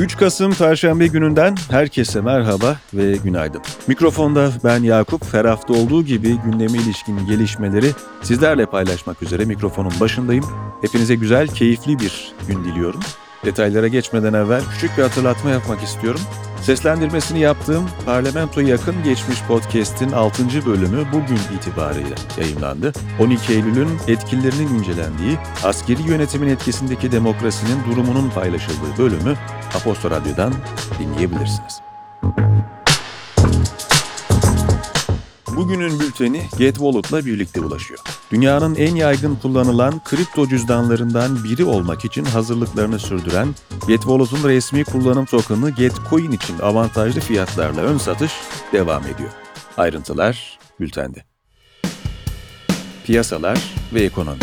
3 Kasım Perşembe gününden herkese merhaba ve günaydın. Mikrofonda ben Yakup, her hafta olduğu gibi gündeme ilişkin gelişmeleri sizlerle paylaşmak üzere mikrofonun başındayım. Hepinize güzel, keyifli bir gün diliyorum. Detaylara geçmeden evvel küçük bir hatırlatma yapmak istiyorum. Seslendirmesini yaptığım Parlamentoya Yakın Geçmiş Podcast'in 6. bölümü bugün itibariyle yayınlandı. 12 Eylül'ün etkilerinin incelendiği, askeri yönetimin etkisindeki demokrasinin durumunun paylaşıldığı bölümü Aposto Radyo'dan dinleyebilirsiniz. Bugünün bülteni GetWallet'la birlikte ulaşıyor. Dünyanın en yaygın kullanılan kripto cüzdanlarından biri olmak için hazırlıklarını sürdüren GetWallet'un resmi kullanım token'ı Getcoin için avantajlı fiyatlarla ön satış devam ediyor. Ayrıntılar bültende. Piyasalar ve ekonomi.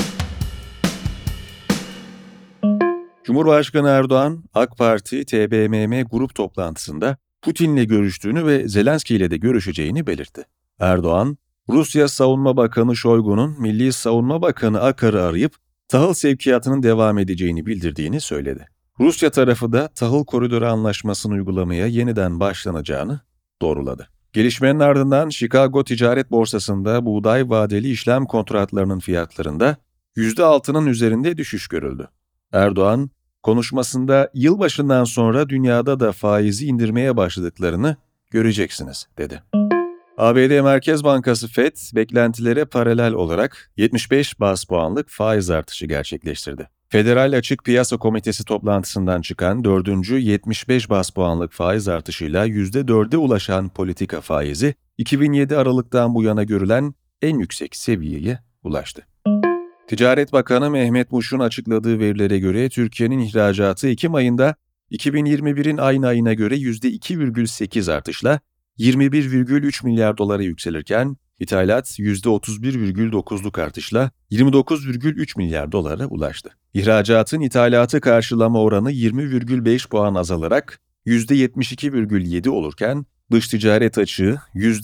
Cumhurbaşkanı Erdoğan, AK Parti TBMM grup toplantısında Putin'le görüştüğünü ve Zelenski ile de görüşeceğini belirtti. Erdoğan, Rusya Savunma Bakanı Şoygu'nun Milli Savunma Bakanı Akar'ı arayıp tahıl sevkiyatının devam edeceğini bildirdiğini söyledi. Rusya tarafı da tahıl koridoru anlaşmasını uygulamaya yeniden başlanacağını doğruladı. Gelişmenin ardından Chicago Ticaret Borsası'nda buğday vadeli işlem kontratlarının fiyatlarında %6'nın üzerinde düşüş görüldü. Erdoğan, konuşmasında yılbaşından sonra dünyada da faizi indirmeye başladıklarını göreceksiniz, dedi. ABD Merkez Bankası FED, beklentilere paralel olarak 75 baz puanlık faiz artışı gerçekleştirdi. Federal Açık Piyasa Komitesi toplantısından çıkan 4. 75 baz puanlık faiz artışıyla %4'e ulaşan politika faizi, 2007 Aralık'tan bu yana görülen en yüksek seviyeye ulaştı. Ticaret Bakanı Mehmet Muş'un açıkladığı verilere göre Türkiye'nin ihracatı Ekim ayında 2021'in aynı ayına göre %2,8 artışla 21,3 milyar dolara yükselirken ithalat %31,9'luk artışla 29,3 milyar dolara ulaştı. İhracatın ithalatı karşılama oranı 20,5 puan azalarak %72,7 olurken dış ticaret açığı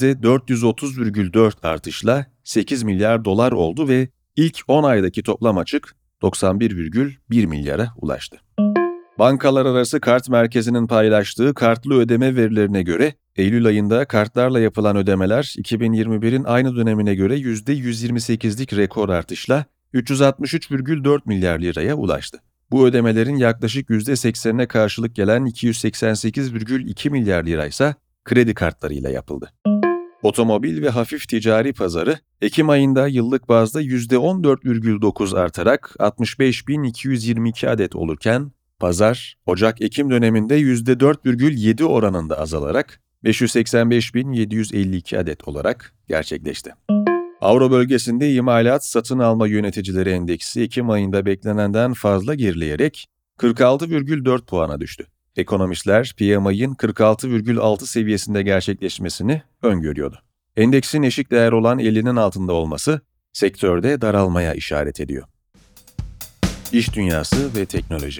%430,4 artışla 8 milyar dolar oldu ve ilk 10 aydaki toplam açık 91,1 milyara ulaştı. Bankalar arası kart merkezinin paylaştığı kartlı ödeme verilerine göre Eylül ayında kartlarla yapılan ödemeler 2021'in aynı dönemine göre %128'lik rekor artışla 363,4 milyar liraya ulaştı. Bu ödemelerin yaklaşık %80'ine karşılık gelen 288,2 milyar lira ise kredi kartlarıyla yapıldı. Otomobil ve hafif ticari pazarı Ekim ayında yıllık bazda %14,9 artarak 65.222 adet olurken pazar Ocak-Ekim döneminde %4,7 oranında azalarak 585.752 adet olarak gerçekleşti. Avro bölgesinde imalat satın alma yöneticileri endeksi Ekim ayında beklenenden fazla gerileyerek 46,4 puana düştü. Ekonomistler PMI'nin 46,6 seviyesinde gerçekleşmesini öngörüyordu. Endeksin eşik değer olan 50'nin altında olması sektörde daralmaya işaret ediyor. İş dünyası ve teknoloji.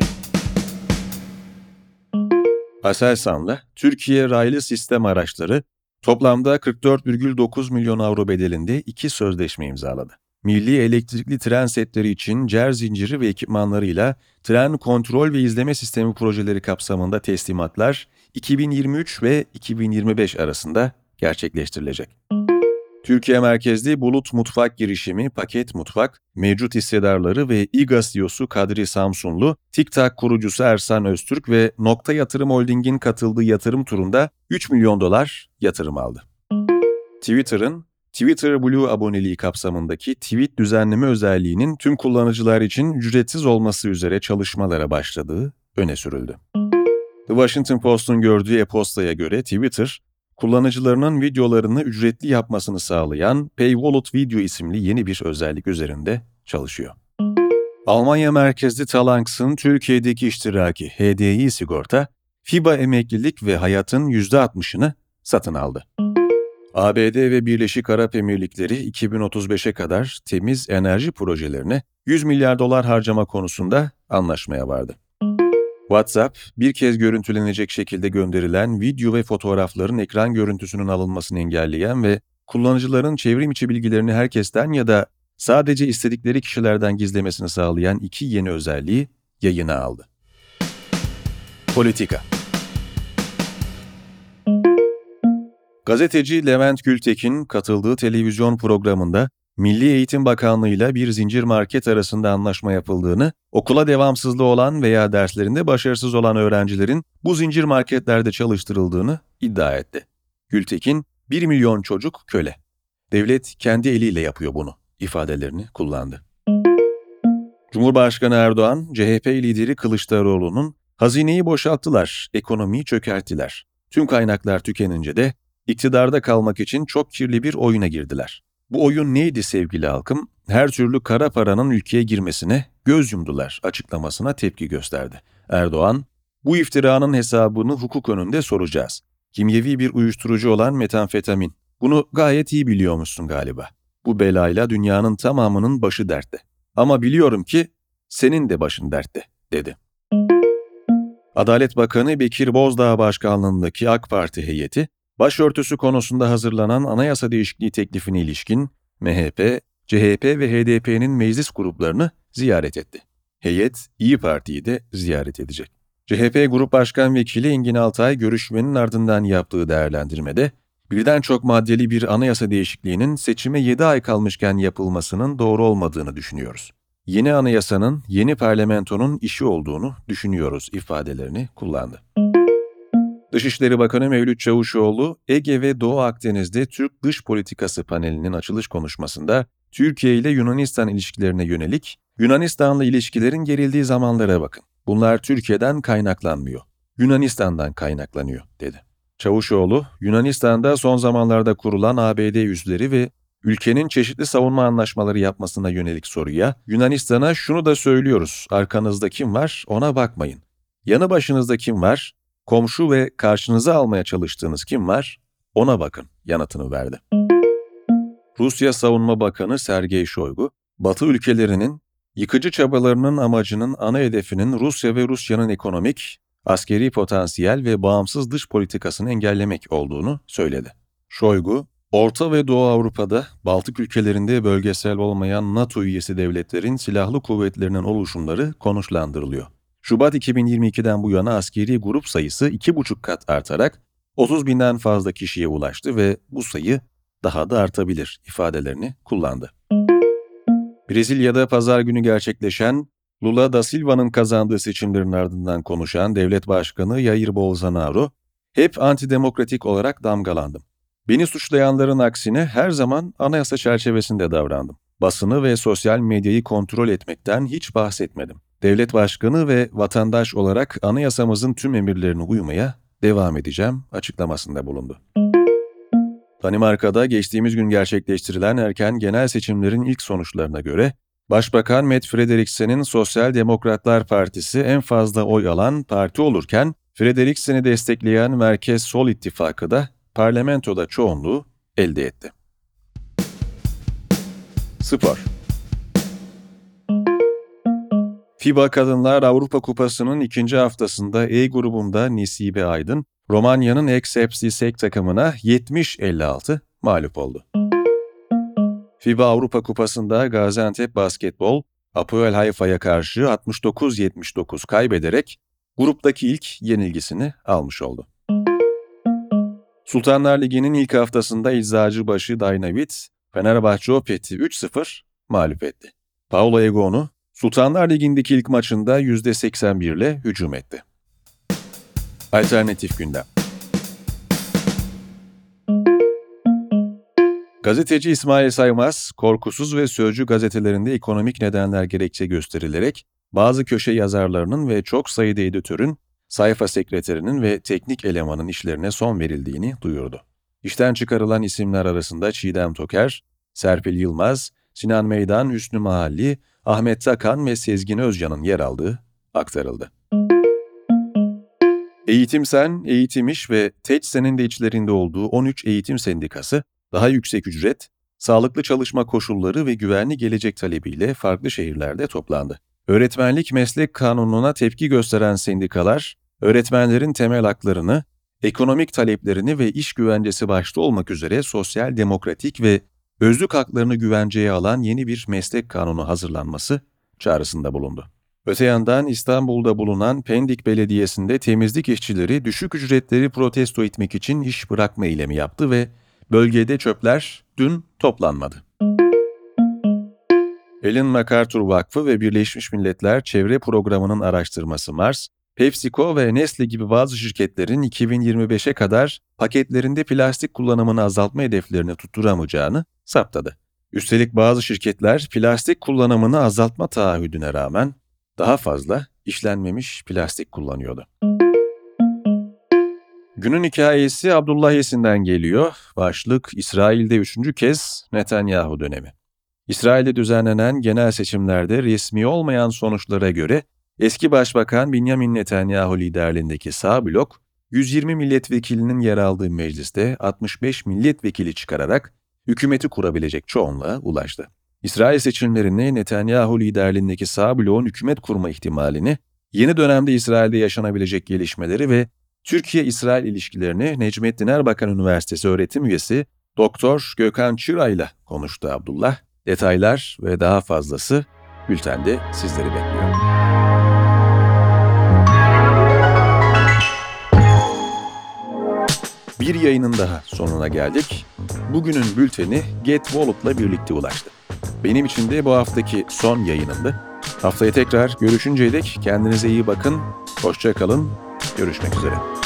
Aselsan'la Türkiye Raylı Sistem Araçları toplamda 44,9 milyon avro bedelinde 2 sözleşme imzaladı. Milli elektrikli tren setleri için CER zinciri ve ekipmanlarıyla tren kontrol ve izleme sistemi projeleri kapsamında teslimatlar 2023 ve 2025 arasında gerçekleştirilecek. Türkiye merkezli Bulut Mutfak girişimi Paket Mutfak, mevcut hissedarları ve İGA CEO'su Kadri Samsunlu, TikTok kurucusu Ersan Öztürk ve Nokta Yatırım Holding'in katıldığı yatırım turunda 3 milyon dolar yatırım aldı. Twitter'ın Twitter Blue aboneliği kapsamındaki tweet düzenleme özelliğinin tüm kullanıcılar için ücretsiz olması üzere çalışmalara başladığı öne sürüldü. The Washington Post'un gördüğü e-postaya göre Twitter, kullanıcılarının videolarını ücretli yapmasını sağlayan Paywallet Video isimli yeni bir özellik üzerinde çalışıyor. Almanya merkezli Talanx'ın Türkiye'deki iştiraki HDI Sigorta, FIBA emeklilik ve hayatın %60'ını satın aldı. ABD ve Birleşik Arap Emirlikleri 2035'e kadar temiz enerji projelerine 100 milyar dolar harcama konusunda anlaşmaya vardı. WhatsApp, bir kez görüntülenecek şekilde gönderilen video ve fotoğrafların ekran görüntüsünün alınmasını engelleyen ve kullanıcıların çevrim içi bilgilerini herkesten ya da sadece istedikleri kişilerden gizlemesini sağlayan 2 yeni özelliği yayına aldı. Politika. Gazeteci Levent Gültekin katıldığı televizyon programında Milli Eğitim Bakanlığı ile bir zincir market arasında anlaşma yapıldığını, okula devamsızlığı olan veya derslerinde başarısız olan öğrencilerin bu zincir marketlerde çalıştırıldığını iddia etti. Gültekin, 1 milyon çocuk köle. Devlet kendi eliyle yapıyor bunu ifadelerini kullandı. Cumhurbaşkanı Erdoğan, CHP lideri Kılıçdaroğlu'nun hazineyi boşalttılar, ekonomiyi çökerttiler. Tüm kaynaklar tükenince de iktidarda kalmak için çok kirli bir oyuna girdiler. Bu oyun neydi sevgili halkım? Her türlü kara paranın ülkeye girmesine göz yumdular açıklamasına tepki gösterdi. Erdoğan, bu iftiranın hesabını hukuk önünde soracağız. Kimyevi bir uyuşturucu olan metamfetamin. Bunu gayet iyi biliyormuşsun galiba. Bu belayla dünyanın tamamının başı dertte. Ama biliyorum ki senin de başın dertte, dedi. Adalet Bakanı Bekir Bozdağ başkanlığındaki AK Parti heyeti, başörtüsü konusunda hazırlanan anayasa değişikliği teklifine ilişkin MHP, CHP ve HDP'nin meclis gruplarını ziyaret etti. Heyet, İYİ Parti'yi de ziyaret edecek. CHP Grup Başkan Vekili Engin Altay görüşmenin ardından yaptığı değerlendirmede, birden çok maddeli bir anayasa değişikliğinin seçime 7 ay kalmışken yapılmasının doğru olmadığını düşünüyoruz. Yeni anayasanın, yeni parlamentonun işi olduğunu düşünüyoruz ifadelerini kullandı. Dışişleri Bakanı Mevlüt Çavuşoğlu, Ege ve Doğu Akdeniz'de Türk Dış Politikası panelinin açılış konuşmasında Türkiye ile Yunanistan ilişkilerine yönelik, Yunanistan'la ilişkilerin gerildiği zamanlara bakın. Bunlar Türkiye'den kaynaklanmıyor, Yunanistan'dan kaynaklanıyor, dedi. Çavuşoğlu, Yunanistan'da son zamanlarda kurulan ABD üsleri ve ülkenin çeşitli savunma anlaşmaları yapmasına yönelik soruya, Yunanistan'a şunu da söylüyoruz, arkanızda kim var ona bakmayın. Yanı başınızda kim var, komşu ve karşınıza almaya çalıştığınız kim var ona bakın yanıtını verdi. Rusya Savunma Bakanı Sergey Shoigu, Batı ülkelerinin yıkıcı çabalarının amacının ana hedefinin Rusya ve Rusya'nın ekonomik, askeri potansiyel ve bağımsız dış politikasını engellemek olduğunu söyledi. Shoigu, Orta ve Doğu Avrupa'da Baltık ülkelerinde bölgesel olmayan NATO üyesi devletlerin silahlı kuvvetlerinin oluşumları konuşlandırılıyor. Şubat 2022'den bu yana askeri grup sayısı 2,5 kat artarak 30 binden fazla kişiye ulaştı ve bu sayı daha da artabilir ifadelerini kullandı. Brezilya'da pazar günü gerçekleşen Lula da Silva'nın kazandığı seçimlerin ardından konuşan Devlet Başkanı Jair Bolsonaro, hep antidemokratik olarak damgalandım. Beni suçlayanların aksine her zaman anayasa çerçevesinde davrandım. Basını ve sosyal medyayı kontrol etmekten hiç bahsetmedim. Devlet başkanı ve vatandaş olarak anayasamızın tüm emirlerine uymaya devam edeceğim açıklamasında bulundu. Danimarka'da geçtiğimiz gün gerçekleştirilen erken genel seçimlerin ilk sonuçlarına göre, Başbakan Mette Frederiksen'in Sosyal Demokratlar Partisi en fazla oy alan parti olurken, Frederiksen'i destekleyen Merkez Sol İttifakı da parlamentoda çoğunluğu elde etti. Spor. FIBA Kadınlar Avrupa Kupası'nın ikinci haftasında E grubunda Nesibe Aydın, Romanya'nın Eks-Sepsisek takımına 70-56 mağlup oldu. FIBA Avrupa Kupası'nda Gaziantep Basketbol, Apoel Hayfa'ya karşı 69-79 kaybederek gruptaki ilk yenilgisini almış oldu. Sultanlar Ligi'nin ilk haftasında Eczacıbaşı Dynavit, Fenerbahçe Opet'i 3-0 mağlup etti. Paulo Egonu, Sultanlar Ligi'ndeki ilk maçında %81 ile hücum etti. Alternatif gündem. Gazeteci İsmail Saymaz, Korkusuz ve Sözcü gazetelerinde ekonomik nedenler gerekçe gösterilerek bazı köşe yazarlarının ve çok sayıda editörün, sayfa sekreterinin ve teknik elemanın işlerine son verildiğini duyurdu. İşten çıkarılan isimler arasında Çiğdem Toker, Serpil Yılmaz, Sinan Meydan, Hüsnü Mahalli, Ahmet Takan ve Sezgin Özcan'ın yer aldığı aktarıldı. Eğitim Sen, Eğitim İş ve TEÇSEN'in de içlerinde olduğu 13 eğitim sendikası, daha yüksek ücret, sağlıklı çalışma koşulları ve güvenli gelecek talebiyle farklı şehirlerde toplandı. Öğretmenlik meslek kanununa tepki gösteren sendikalar, öğretmenlerin temel haklarını, ekonomik taleplerini ve iş güvencesi başta olmak üzere sosyal, demokratik ve özlük haklarını güvenceye alan yeni bir meslek kanunu hazırlanması çağrısında bulundu. Öte yandan İstanbul'da bulunan Pendik Belediyesi'nde temizlik işçileri düşük ücretleri protesto etmek için iş bırakma eylemi yaptı ve bölgede çöpler dün toplanmadı. Ellen MacArthur Vakfı ve Birleşmiş Milletler Çevre Programı'nın araştırması Mars, PepsiCo ve Nestle gibi bazı şirketlerin 2025'e kadar paketlerinde plastik kullanımını azaltma hedeflerini tutturamayacağını saptadı. Üstelik bazı şirketler plastik kullanımını azaltma taahhüdüne rağmen daha fazla işlenmemiş plastik kullanıyordu. Günün hikayesi Abdullah Yesin'den geliyor. Başlık İsrail'de 3. kez Netanyahu dönemi. İsrail'de düzenlenen genel seçimlerde resmi olmayan sonuçlara göre eski Başbakan Benjamin Netanyahu liderliğindeki sağ blok, 120 milletvekilinin yer aldığı mecliste 65 milletvekili çıkararak hükümeti kurabilecek çoğunluğa ulaştı. İsrail seçimlerini Netanyahu liderliğindeki sağ bloğun hükümet kurma ihtimalini, yeni dönemde İsrail'de yaşanabilecek gelişmeleri ve Türkiye-İsrail ilişkilerini Necmettin Erbakan Üniversitesi öğretim üyesi Doktor Gökhan Çıra ile konuştu Abdullah. Detaylar ve daha fazlası bültende sizleri bekliyor. Bir yayının daha sonuna geldik. Bugünün bülteni Get Wallet'la birlikte ulaştı. Benim için de bu haftaki son yayınımdı. Haftaya tekrar görüşünceye dek kendinize iyi bakın, hoşça kalın, görüşmek üzere.